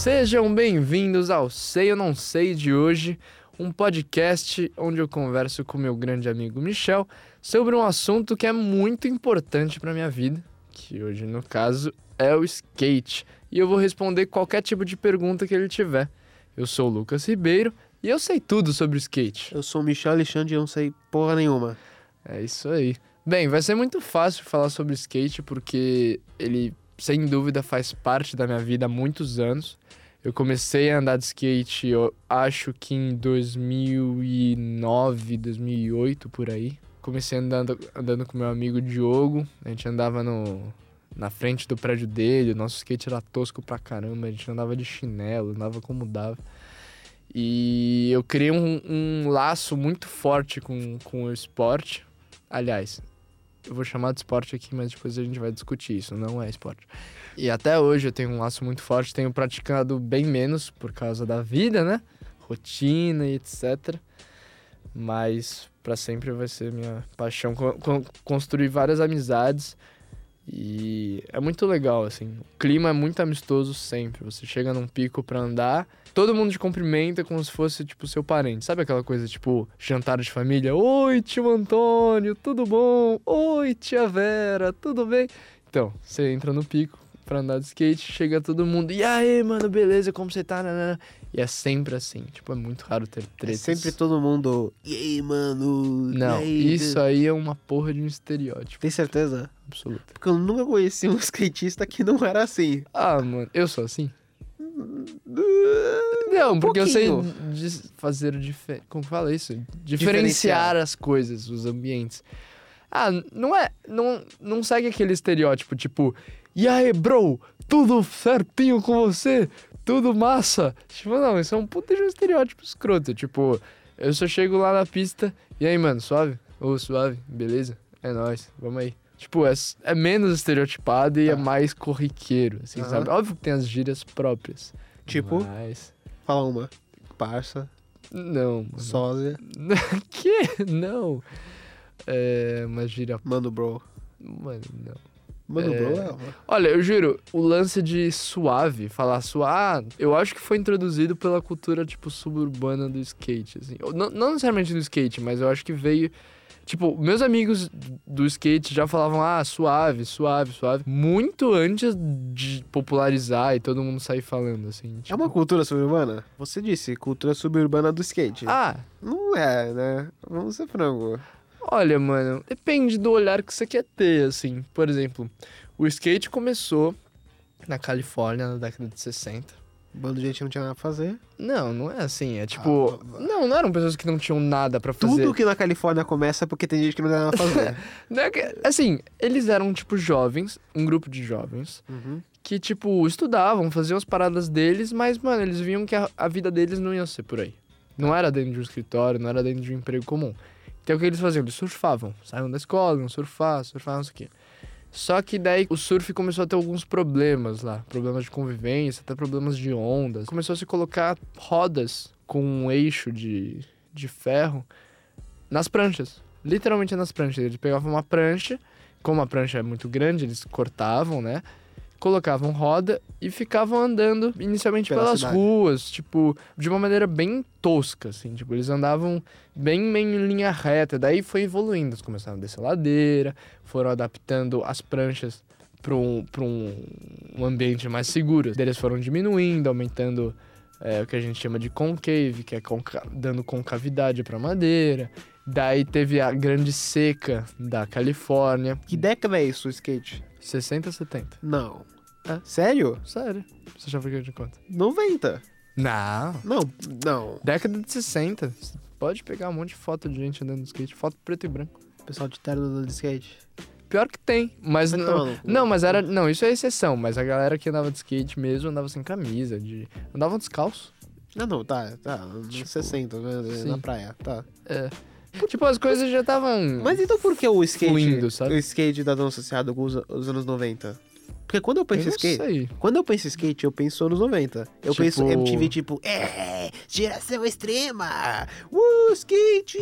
Sejam bem-vindos ao Sei ou Não Sei de hoje, um podcast onde eu converso com meu grande amigo Michel sobre um assunto que é muito importante para minha vida, que hoje, no caso, é o skate. E eu vou responder qualquer tipo de pergunta que ele tiver. Eu sou o Lucas Ribeiro e eu sei tudo sobre o skate. Eu sou o Michel Alexandre e eu não sei porra nenhuma. É isso aí. Bem, vai ser muito fácil falar sobre skate porque ele, sem dúvida, faz parte da minha vida há muitos anos. Eu comecei a andar de skate, eu acho que em 2009, 2008, por aí. Comecei andando com meu amigo Diogo. A gente andava na frente do prédio dele. O nosso skate era tosco pra caramba. A gente andava de chinelo, andava como dava. E eu criei um laço muito forte com o esporte. Aliás, eu vou chamar de esporte aqui, mas depois a gente vai discutir isso. Não é esporte. E até hoje eu tenho um laço muito forte. Tenho praticado bem menos por causa da vida, né? Rotina e etc. Mas pra sempre vai ser minha paixão. Construir várias amizades. E é muito legal, assim. O clima é muito amistoso sempre. Você chega num pico pra andar, todo mundo te cumprimenta como se fosse, tipo, seu parente. Sabe aquela coisa, tipo, jantar de família? Oi, tio Antônio, tudo bom? Oi, tia Vera, tudo bem? Então, você entra no pico pra andar de skate, chega todo mundo. E aí, mano, beleza, como você tá? Nanana. E é sempre assim. Tipo, é muito raro ter tretas. É sempre todo mundo... E aí, mano? Não, aí, isso aí é uma porra de um estereótipo. Tem certeza? Absoluto. Porque eu nunca conheci um skatista que não era assim. Ah, mano, eu sou assim? Não, porque eu sei fazer como fala isso? Diferenciar as coisas, os ambientes. Ah, não segue aquele estereótipo, tipo, e aí, bro, tudo certinho com você? Tudo massa? Tipo, não, isso é um puta de um estereótipo escroto. Tipo, eu só chego lá na pista, e aí, mano, suave? Ô, suave, beleza? É nóis, vamos aí. Tipo, é menos estereotipado e é mais corriqueiro, assim, sabe? Óbvio que tem as gírias próprias. Tipo? Mas... Fala uma. Parça. Não, mano. Sósia. Que? Não. É uma gíria... Mano, bro. Mano, não. Mano, bro é uma. Olha, eu juro, o lance de suave, falar suave, eu acho que foi introduzido pela cultura, tipo, suburbana do skate, assim. Não necessariamente do skate, mas eu acho que veio... Tipo, meus amigos do skate já falavam, suave, suave, suave, muito antes de popularizar e todo mundo sair falando, assim. Tipo... É uma cultura suburbana? Você disse, cultura suburbana do skate. Não é, né? Vamos ser franco. Olha, mano, depende do olhar que você quer ter, assim. Por exemplo, o skate começou na Califórnia na década de 60. Bando de gente não tinha nada pra fazer. Não é assim, é tipo... Não eram pessoas que não tinham nada pra fazer. Tudo que na Califórnia começa é porque tem gente que não tem nada pra fazer. Não é que, assim, eles eram, tipo, jovens, um grupo de jovens, que, tipo, estudavam, faziam as paradas deles, mas, mano, eles viam que a vida deles não ia ser por aí. Não era dentro de um escritório, não era dentro de um emprego comum. Então, o que eles faziam? Eles surfavam, saíam da escola, iam surfar, não sei o quê. Só que daí o surf começou a ter alguns problemas lá. Problemas de convivência, até problemas de ondas. Começou a se colocar rodas com um eixo de ferro nas pranchas. Literalmente nas pranchas. Eles pegavam uma prancha, como a prancha é muito grande, eles cortavam, né? Colocavam roda e ficavam andando inicialmente pelas ruas, tipo, de uma maneira bem tosca, assim. Tipo, eles andavam bem em linha reta. Daí foi evoluindo. Eles começaram a descer ladeira, foram adaptando as pranchas para um ambiente mais seguro. Daí eles foram diminuindo, aumentando o que a gente chama de concave, que é dando concavidade para madeira. Daí teve a grande seca da Califórnia. Que década é isso, o skate? 60, 70. Não. Sério? Sério. Você já foi de conta? 90. Não. Não. Década de 60. Você pode pegar um monte de foto de gente andando de skate. Foto preto e branco. Pessoal de terno andando de skate. Pior que tem, mas mas era... Não, isso é exceção. Mas a galera que andava de skate mesmo andava sem camisa. Andavam descalço. Tá. Tipo, 60, né? Na praia, tá. Tipo, as coisas já estavam... Mas então por que o skate... fluindo, sabe? O skate tá tão associado com os anos 90? Porque quando eu penso Quando eu penso skate, eu penso anos 90. Eu penso MTV, tipo, geração extrema, skate,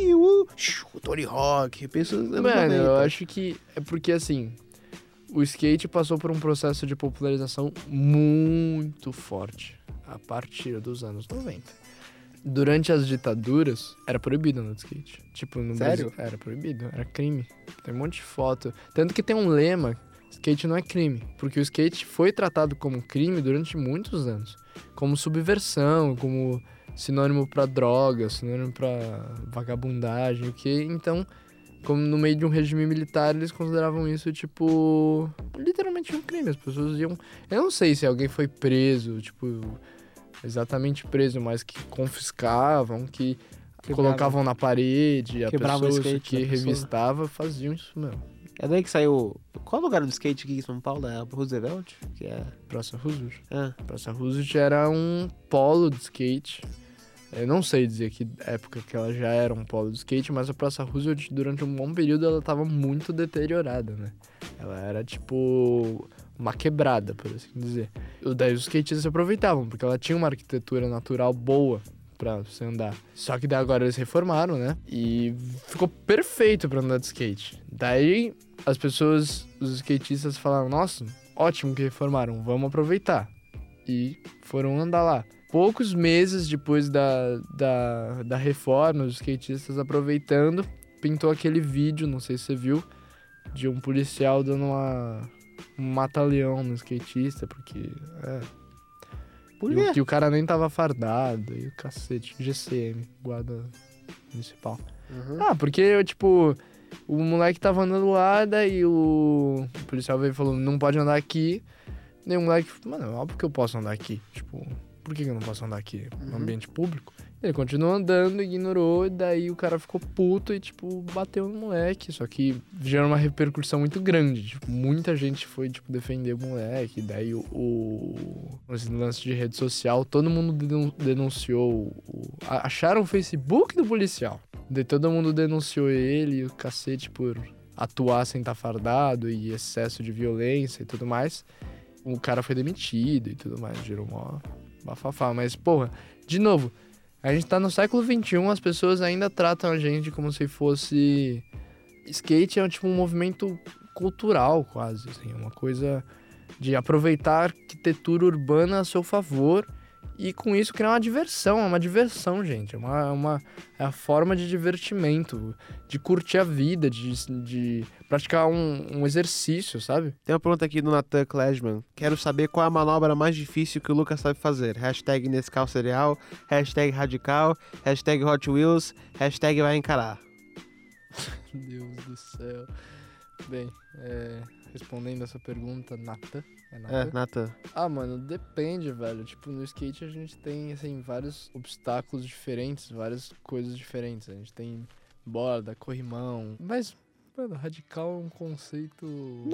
Tony Hawk. Eu penso anos 90. Eu acho que é porque, assim, o skate passou por um processo de popularização muito forte a partir dos anos 90. Durante as ditaduras, era proibido andar de skate. Tipo, no Sério? Brasil, era proibido, era crime. Tem um monte de foto. Tanto que tem um lema, skate não é crime. Porque o skate foi tratado como crime durante muitos anos. Como subversão, como sinônimo pra droga, sinônimo pra vagabundagem, o que. Então, como no meio de um regime militar, eles consideravam isso, tipo, literalmente um crime. As pessoas iam... Eu não sei se alguém foi preso, tipo... exatamente preso, mas que confiscavam, que colocavam na parede, a pessoa que revistava faziam isso mesmo. É daí que saiu... Qual lugar do skate aqui em São Paulo? É Roosevelt? Que é... Praça Roosevelt. Praça Roosevelt era um polo de skate. Eu não sei dizer que época que ela já era um polo de skate, mas a Praça Roosevelt, durante um bom período, ela estava muito deteriorada, né? Ela era, tipo... uma quebrada, por assim dizer. Daí os skatistas se aproveitavam, porque ela tinha uma arquitetura natural boa pra você andar. Só que daí agora eles reformaram, né? E ficou perfeito pra andar de skate. Daí as pessoas, os skatistas falaram, nossa, ótimo que reformaram, vamos aproveitar. E foram andar lá. Poucos meses depois da reforma, os skatistas aproveitando, pintou aquele vídeo, não sei se você viu, de um policial dando um mata-leão no skatista, porque... Por quê? E o cara nem tava fardado, e o cacete, GCM, guarda municipal. Porque, tipo, o moleque tava andando lá, daí o policial veio e falou, não pode andar aqui. Daí o moleque, mano, óbvio que eu posso andar aqui, tipo... Por que eu não posso andar aqui? No ambiente público? Ele continuou andando, ignorou, e daí o cara ficou puto e, tipo, bateu no moleque. Só que gerou uma repercussão muito grande. Tipo, muita gente foi, tipo, defender o moleque. Daí esse lance de rede social, todo mundo denunciou. Acharam o Facebook do policial. Daí todo mundo denunciou ele, o cacete, por atuar sem estar fardado e excesso de violência e tudo mais. O cara foi demitido e tudo mais, gerou uma bafafá. Mas, porra, de novo, a gente tá no século XXI, as pessoas ainda tratam a gente como se fosse... Skate é tipo um movimento cultural, quase, assim, uma coisa de aproveitar a arquitetura urbana a seu favor e com isso criar uma diversão. É uma diversão, gente. É a forma de divertimento, de curtir a vida, de praticar um exercício, sabe? Tem uma pergunta aqui do Nathan Klesman. Quero saber qual é a manobra mais difícil que o Lucas sabe fazer. Hashtag Nescau Cereal, hashtag Radical, hashtag Hot Wheels, hashtag vai encarar. Deus do céu. Bem, respondendo essa pergunta, Nathan. Nathan. Ah, mano, depende, velho. Tipo, no skate a gente tem, assim, vários obstáculos diferentes, várias coisas diferentes. A gente tem borda, corrimão. Mas, mano, radical é um conceito...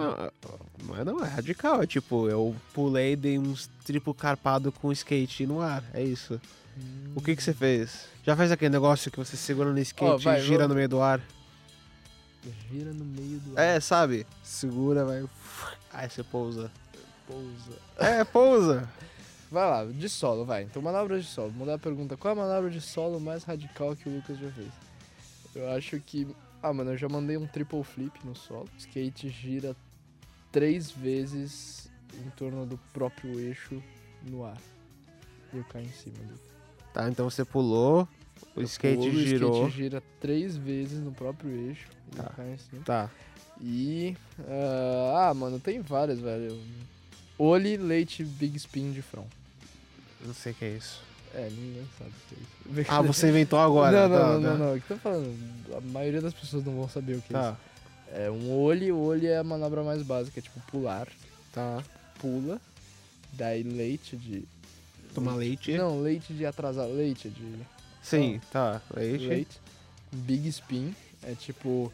Não é radical. É tipo, eu pulei e dei uns triplo carpado com skate no ar. É isso. O que você fez? Já fez aquele negócio que você segura no skate e gira no meio do ar? Gira no meio do ar. Sabe? Segura, vai... Aí você pousa. Pousa. Pousa. Vai lá, de solo, vai. Então, manobra de solo. Vou mudar a pergunta. Qual é a manobra de solo mais radical que o Lucas já fez? Eu acho que... mano, eu já mandei um triple flip no solo. O skate gira 3 vezes em torno do próprio eixo no ar. E eu caio em cima dele. Tá, então você pulou, o skate girou. O skate gira 3 vezes no próprio eixo. E eu caio em cima. Tá. E... mano, tem várias, velho. Ollie, leite, big spin de front. Não sei o que é isso. Ninguém sabe o que é isso. Você inventou agora. Não. O que tô falando? A maioria das pessoas não vão saber o que é isso. Um ollie. O ollie é a manobra mais básica, é tipo pular. Tá. Pula. Daí leite de... Tomar leite? Não, leite de atrasar. Leite de... Sim, tá. Leite. Big spin. É tipo...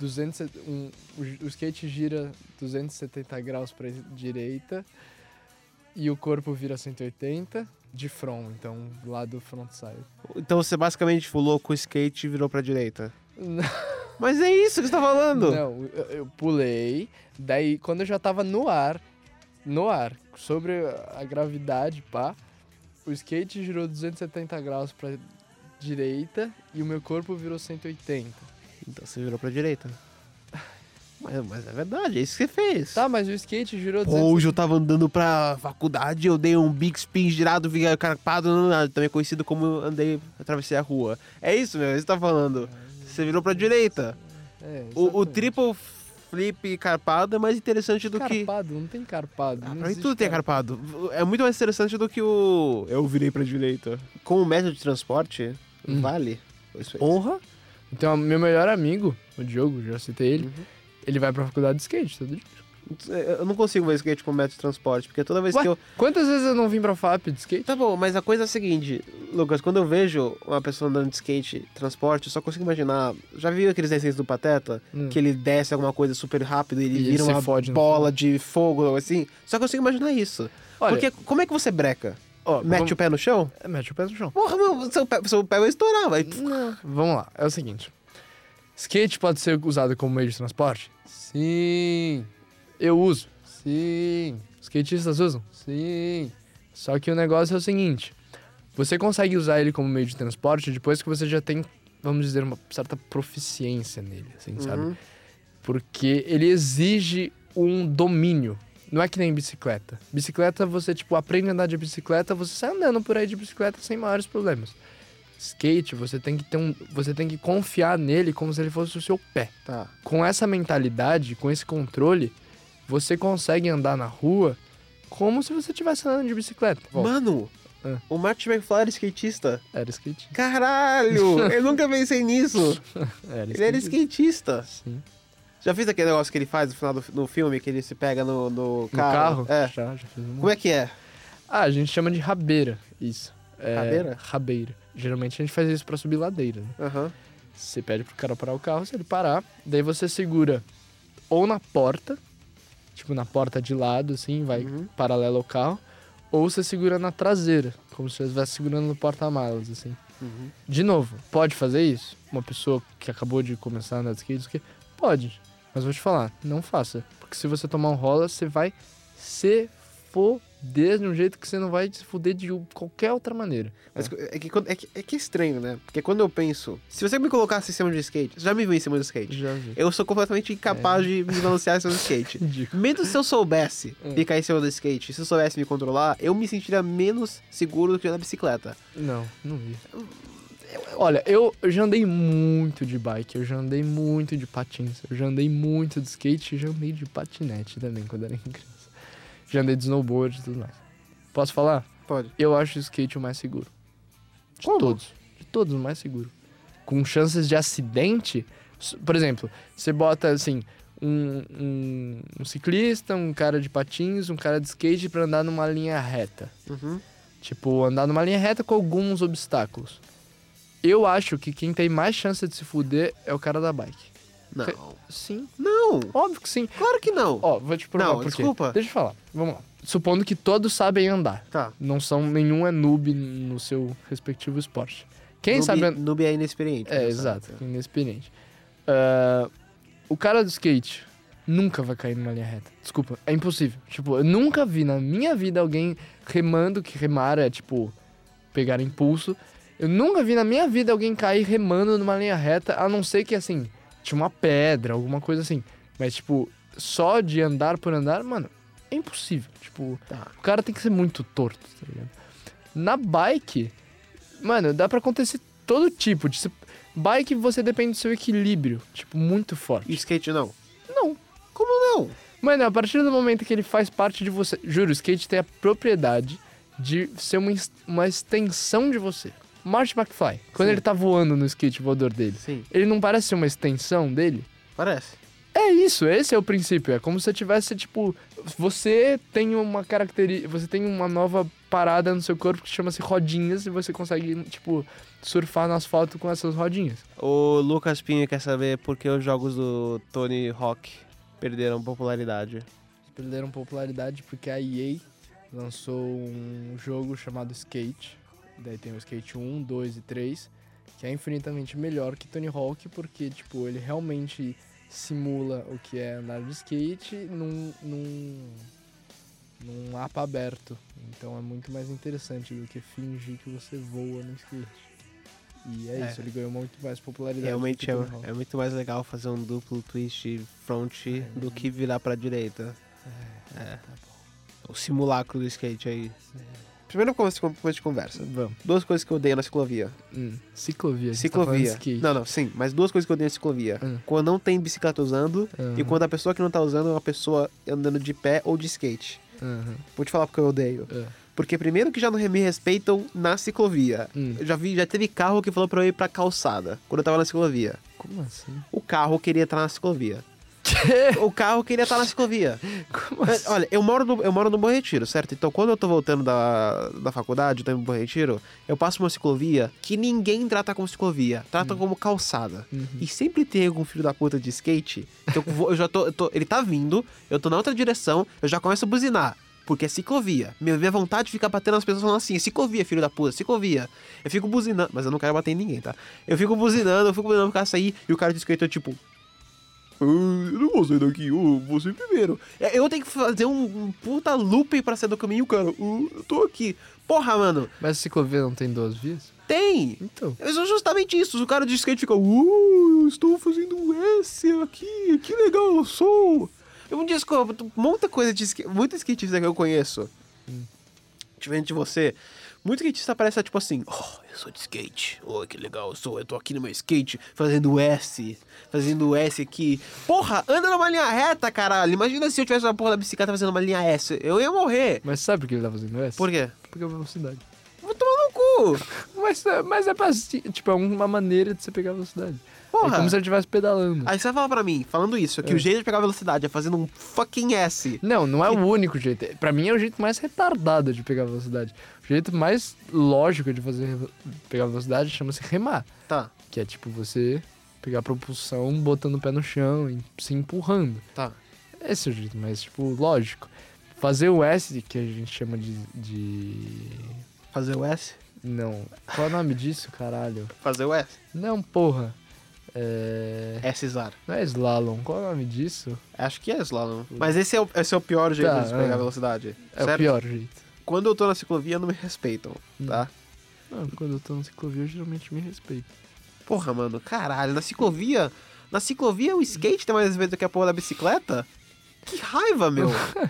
o skate gira 270 graus pra direita e o corpo vira 180 de front, então lado frontside. Então você basicamente pulou com o skate e virou pra direita? Mas é isso que você tá falando! Não, eu pulei, daí quando eu já tava no ar, sobre a gravidade, o skate girou 270 graus pra direita e o meu corpo virou 180. Então você virou pra direita. Mas é verdade, é isso que você fez. Tá, mas o skate girou... Hoje eu tava andando pra faculdade, eu dei um big spin girado, fiquei carpado, também conhecido como atravessei a rua. É isso, meu, é isso que você tá falando. Você virou pra direita. O triple flip carpado é mais interessante do que... Carpado? Não tem carpado. Pra mim tudo tem carpado. É muito mais interessante do que o... Eu virei pra direita. Como método de transporte, vale. Porra! Então, meu melhor amigo, o Diogo, já citei ele, ele vai pra faculdade de skate todo dia. Eu não consigo ver skate como método de transporte, porque toda vez que eu... Quantas vezes eu não vim pra FAP de skate? Tá bom, mas a coisa é a seguinte, Lucas, quando eu vejo uma pessoa andando de skate, transporte, eu só consigo imaginar... Já viu aqueles desenhos do Pateta? Que ele desce alguma coisa super rápido e ele vira uma bola de fogo, assim? Só consigo imaginar isso. Olha, porque como é que você breca? Mete o pé no chão? Mete o pé no chão. Porra, meu, seu pé vai estourar, vai... Não. Vamos lá, é o seguinte. Skate pode ser usado como meio de transporte? Sim. Eu uso? Sim. Skatistas usam? Sim. Só que o negócio é o seguinte. Você consegue usar ele como meio de transporte depois que você já tem, vamos dizer, uma certa proficiência nele, assim, sabe? Porque ele exige um domínio. Não é que nem bicicleta. Bicicleta, você, aprende a andar de bicicleta, você sai andando por aí de bicicleta sem maiores problemas. Skate, você tem que confiar nele como se ele fosse o seu pé. Tá. Com essa mentalidade, com esse controle, você consegue andar na rua como se você estivesse andando de bicicleta. Mano, o Martin McFly era skatista? Era skatista. Caralho! Eu nunca pensei nisso. Ele era skatista. Sim. Já fez aquele negócio que ele faz no final do filme, que ele se pega no carro? No carro? É. Já fiz um... Como é que é? A gente chama de rabeira, isso. Rabeira? Rabeira. Geralmente a gente faz isso pra subir ladeira, né? Você pede pro cara parar o carro, se ele parar, daí você segura ou na porta, na porta de lado, assim, vai paralelo ao carro, ou você segura na traseira, como se você estivesse segurando no porta-malas, assim. De novo, pode fazer isso? Uma pessoa que acabou de começar a andar de skate, pode, mas vou te falar, não faça. Porque se você tomar um rola, você vai se foder de um jeito que você não vai se foder de qualquer outra maneira. Mas é que é estranho, né? Porque quando eu penso... Se você me colocasse em cima de skate... Você já me viu em cima do skate? Já vi. Eu sou completamente incapaz de me balancear em cima do skate. Mesmo se eu soubesse ficar em cima do skate, se eu soubesse me controlar, eu me sentiria menos seguro do que na bicicleta. Não vi. Olha, eu já andei muito de bike, eu já andei muito de patins, eu já andei muito de skate e já andei de patinete também quando era criança. Já andei de snowboard e tudo mais. Posso falar? Pode. Eu acho o skate o mais seguro. De todos. De todos, o mais seguro. Com chances de acidente... Por exemplo, você bota, assim, um ciclista, um cara de patins, um cara de skate pra andar numa linha reta. Andar numa linha reta com alguns obstáculos. Eu acho que quem tem mais chance de se fuder é o cara da bike. Não. Sim. Não. Óbvio que sim. Claro que não. Vou te provar por quê. Desculpa. Deixa eu falar. Vamos lá. Supondo que todos sabem andar. Tá. Nenhum é noob no seu respectivo esporte. Quem sabe... Noob é inexperiente. Exato. Inexperiente. O cara do skate nunca vai cair numa linha reta. Desculpa. É impossível. Eu nunca vi na minha vida alguém remando, que remar é, pegar impulso. Eu nunca vi na minha vida alguém cair remando numa linha reta, a não ser que, assim... Tinha uma pedra, alguma coisa assim. Mas, só de andar por andar, mano, é impossível. O cara tem que ser muito torto, tá ligado? Na bike, mano, dá pra acontecer todo tipo. Bike, você depende do seu equilíbrio, muito forte. E skate não? Não. Como não? Mano, a partir do momento que ele faz parte de você... Juro, o skate tem a propriedade de ser uma extensão de você. Marty McFly, quando ele tá voando no skate voador dele, ele não parece ser uma extensão dele? Parece. É isso, esse é o princípio. É como se você tivesse, você tem uma característica, você tem uma nova parada no seu corpo que chama-se rodinhas e você consegue, surfar no asfalto com essas rodinhas. O Lucas Pinho quer saber por que os jogos do Tony Hawk perderam popularidade. Perderam popularidade porque a EA lançou um jogo chamado Skate. Daí tem o Skate 1, 2 e 3, que é infinitamente melhor que Tony Hawk, porque, ele realmente simula o que é andar de skate num mapa aberto. Então é muito mais interessante do que fingir que você voa no skate. E é isso, ele ganhou muito mais popularidade. Realmente é muito mais legal fazer um duplo twist front do que virar pra direita. Tá bom. O simulacro do skate aí. Primeiro começo de conversa. Vamos. 2 coisas que eu odeio na ciclovia. Ciclovia. Ciclovia. Não, sim. Mas 2 coisas que eu odeio na ciclovia. Quando não tem bicicleta usando e quando a pessoa que não tá usando é uma pessoa andando de pé ou de skate. Vou te falar porque eu odeio. Porque primeiro que já não me respeitam na ciclovia. Já teve carro que falou pra eu ir pra calçada quando eu tava na ciclovia. Como assim? O carro queria estar na ciclovia. O carro queria estar na ciclovia. Como assim? Olha, eu moro no Bom Retiro, certo? Então quando eu tô voltando da faculdade, eu tô indo no Bom Retiro, eu passo uma ciclovia que ninguém trata como ciclovia, trata como calçada. E sempre tem algum filho da puta de skate, que eu já tô, ele tá vindo, eu tô na outra direção, eu já começo a buzinar. Porque é ciclovia. Minha vontade de ficar batendo nas pessoas falando assim, ciclovia, filho da puta, ciclovia. Eu fico buzinando, mas eu não quero bater em ninguém, tá? Eu fico buzinando pro cara sair, e o cara de skate é tipo... Eu não vou sair daqui, eu vou ser primeiro. Eu tenho que fazer um puta loop pra sair do caminho, cara. Eu tô aqui. Porra, mano. Mas a ciclovia não tem 2 vias? Tem! Então. É justamente isso. O cara de skate fica, eu estou fazendo um S aqui, que legal eu sou. Eu desculpa, muita coisa de skate, muito skatista que eu conheço. Diferente de você. Muito skatista parece tipo assim, eu sou de skate, que legal eu tô aqui no meu skate, fazendo S aqui. Porra, anda numa linha reta, caralho. Imagina se eu tivesse uma porra da bicicleta fazendo uma linha S, eu ia morrer. Mas sabe por que ele tá fazendo S? Por quê? Porque é velocidade. Vou tomar no cu. Mas é pra, tipo, é uma maneira de você pegar velocidade. Porra. É como se ele estivesse pedalando. Aí você vai falar pra mim, falando isso, que o jeito de pegar velocidade é fazendo um fucking S. Não é o único jeito. Pra mim é o jeito mais retardado de pegar velocidade. O jeito mais lógico de pegar velocidade chama-se remar. Tá. Que é tipo você pegar a propulsão botando o pé no chão e se empurrando. Tá. Esse é o jeito mais, tipo, lógico. Fazer o S, que a gente chama de... Fazer o S? Não. Qual é o nome disso, caralho? Fazer o S? Não, porra. S-zar. Não é slalom. Qual é o nome disso? Acho que é slalom. Mas esse é o pior jeito de pegar velocidade. É certo? O pior jeito. Quando eu tô na ciclovia, não me respeitam, tá? Não, quando eu tô na ciclovia, eu geralmente me respeito. Porra, mano, caralho, na ciclovia o skate tem mais respeito do que a porra da bicicleta? Que raiva, meu!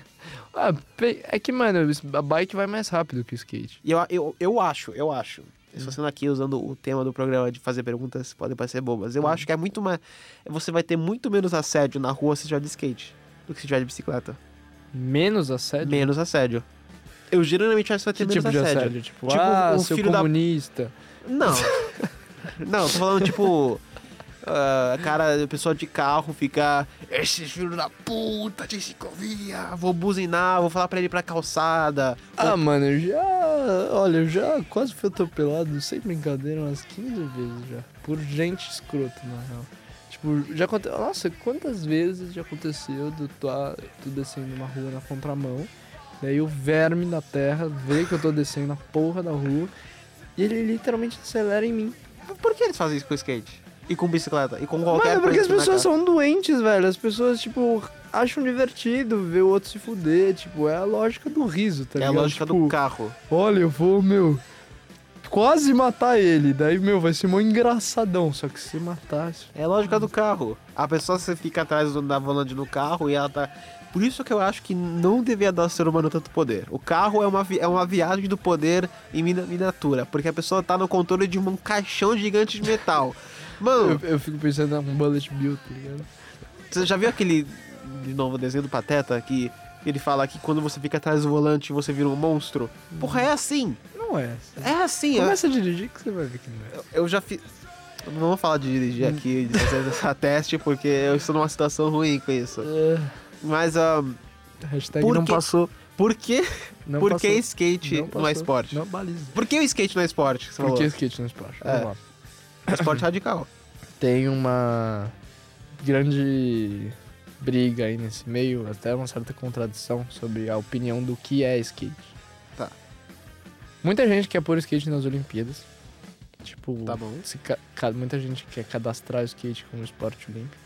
É que, mano, a bike vai mais rápido que o skate. E eu acho, estou sendo aqui usando o tema do programa de fazer perguntas, podem parecer bobas. Eu acho que é muito mais... Você vai ter muito menos assédio na rua se tiver de skate do que se tiver de bicicleta. Menos assédio? Menos assédio. Eu geralmente acho que vai ter menos tipo assédio. De assédio? Tipo, seu filho comunista. Não. Não, tô falando tipo... cara, pessoa de carro fica... Esse filho da puta de ciclovia, vou buzinar, vou falar pra ele ir pra calçada. Mano, eu já quase fui atropelado, sem brincadeira, umas 15 vezes já. Por gente escrota, na real. Tipo, já aconteceu... Nossa, quantas vezes já aconteceu de tu descendo uma rua na contramão, daí o verme na terra vê que eu tô descendo na porra da rua e ele literalmente acelera em mim. Por que eles fazem isso com skate? E com bicicleta? E com qualquer coisa? Porque as pessoas são doentes, velho. As pessoas, tipo, acham divertido ver o outro se fuder. Tipo, é a lógica do riso, tá ligado? É a lógica do carro. Olha, eu vou, quase matar ele. Daí, vai ser mó engraçadão. Só que se matasse... É a lógica do carro. A pessoa você fica atrás da volante no carro e ela tá... Por isso que eu acho que não devia dar ao ser humano tanto poder. O carro é uma viagem do poder em miniatura. Porque a pessoa tá no controle de um caixão gigante de metal. Mano... Eu fico pensando em um bullet bill, tá ligado? Você já viu aquele, de novo, desenho do Pateta, que ele fala que quando você fica atrás do volante você vira um monstro? Porra, é assim. Não é assim. É assim. Começa a dirigir que você vai ver que não é. Eu já fiz... Não vou falar de dirigir aqui, de fazer essa teste, porque eu estou numa situação ruim com isso. Mas, hashtag não passou. Por que skate não é esporte? Não baliza. Por que o skate não é esporte? Por que o skate não é esporte? Vamos lá. É esporte radical. Tem uma grande briga aí nesse meio, até uma certa contradição sobre a opinião do que é skate. Tá. Muita gente quer pôr skate nas Olimpíadas. Tipo, tá bom. Muita gente quer cadastrar o skate como esporte olímpico.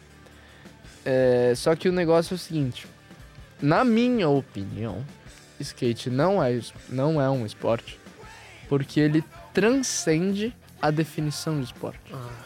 Só que o negócio é o seguinte, na minha opinião, skate não é um esporte porque ele transcende a definição de esporte.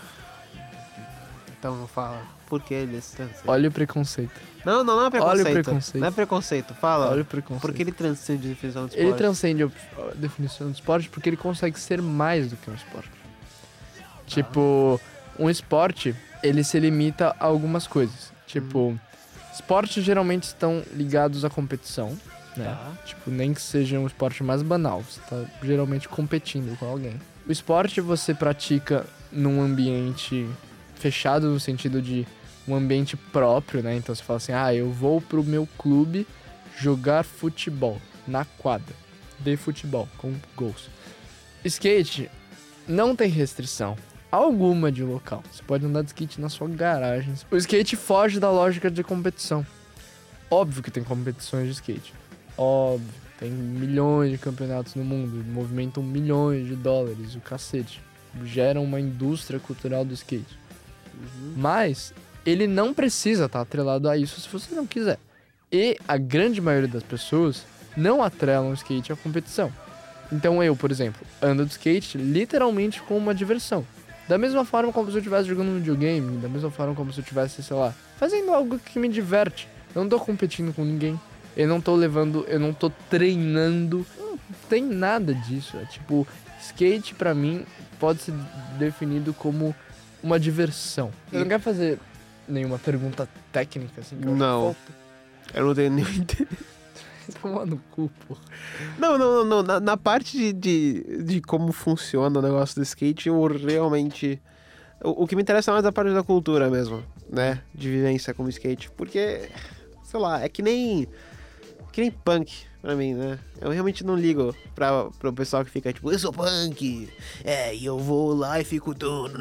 Então fala, por que eles transcendem? Olha o preconceito. Não é preconceito. Olha o preconceito. Não é preconceito, fala. Olha o preconceito. Por que ele transcende a definição de esporte? Ele transcende a definição de esporte porque ele consegue ser mais do que um esporte. Tipo, um esporte, ele se limita a algumas coisas. Tipo, esportes geralmente estão ligados à competição, né? Tipo, nem que seja um esporte mais banal. Você tá geralmente competindo com alguém. O esporte você pratica num ambiente fechado, no sentido de um ambiente próprio, né? Então você fala assim, eu vou pro meu clube jogar futebol na quadra de futebol, com gols. Skate não tem restrição alguma de local. Você pode andar de skate na sua garagem. O skate foge da lógica de competição. Óbvio que tem competições de skate. Óbvio. Tem milhões de campeonatos no mundo. Movimentam milhões de dólares. O cacete. Geram uma indústria cultural do skate. Mas ele não precisa estar atrelado a isso se você não quiser. E a grande maioria das pessoas não atrelam o skate à competição. Então eu, por exemplo, ando de skate literalmente com uma diversão. Da mesma forma como se eu estivesse jogando um videogame, da mesma forma como se eu estivesse, sei lá, fazendo algo que me diverte. Eu não tô competindo com ninguém. Eu não tô treinando. Não tem nada disso. É tipo, skate pra mim pode ser definido como uma diversão. Você não quer fazer nenhuma pergunta técnica, assim? Que não. Eu não tenho nenhum interesse. Toma no cu, pô. Não. Na parte de como funciona o negócio do skate, eu realmente... O que me interessa mais é a parte da cultura mesmo, né? De vivência como skate. Porque, sei lá, é que nem punk pra mim, né? Eu realmente não ligo pro pessoal que fica tipo, eu sou punk, e eu vou lá e fico...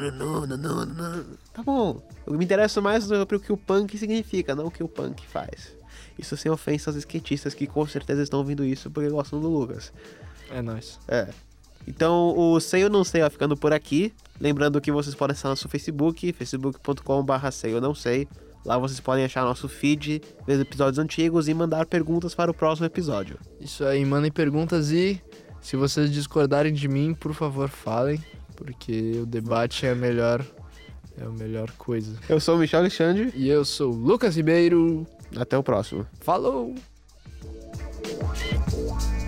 Tá bom. O que me interessa mais é pro que o punk significa, não o que o punk faz. Isso sem ofensa aos skatistas que com certeza estão ouvindo isso porque gostam do Lucas. É nóis. Então o Sei ou Não Sei vai ficando por aqui. Lembrando que vocês podem acessar nosso Facebook, facebook.com/Sei ou Não Sei. Lá vocês podem achar nosso feed, ver episódios antigos e mandar perguntas para o próximo episódio. Isso aí, mandem perguntas e se vocês discordarem de mim, por favor, falem. Porque o debate é a melhor coisa. Eu sou o Michel Alexandre. E eu sou o Lucas Ribeiro. Até o próximo. Falou!